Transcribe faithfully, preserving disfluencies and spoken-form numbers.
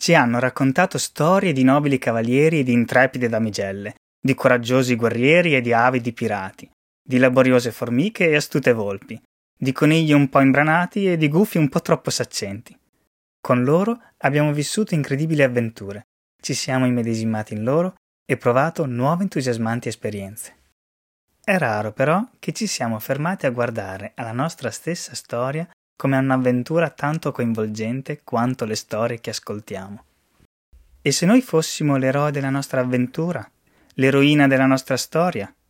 Ci hanno raccontato storie di nobili cavalieri e di intrepide damigelle, di coraggiosi guerrieri e di avidi pirati, di laboriose formiche e astute volpi, di conigli un po' imbranati e di gufi un po' troppo saccenti. Con loro abbiamo vissuto incredibili avventure, ci siamo immedesimati in loro e provato nuove entusiasmanti esperienze. È raro però che ci siamo fermati a guardare alla nostra stessa storia come a un'avventura tanto coinvolgente quanto le storie che ascoltiamo. E se noi fossimo l'eroe della nostra avventura, l'eroina della nostra storia,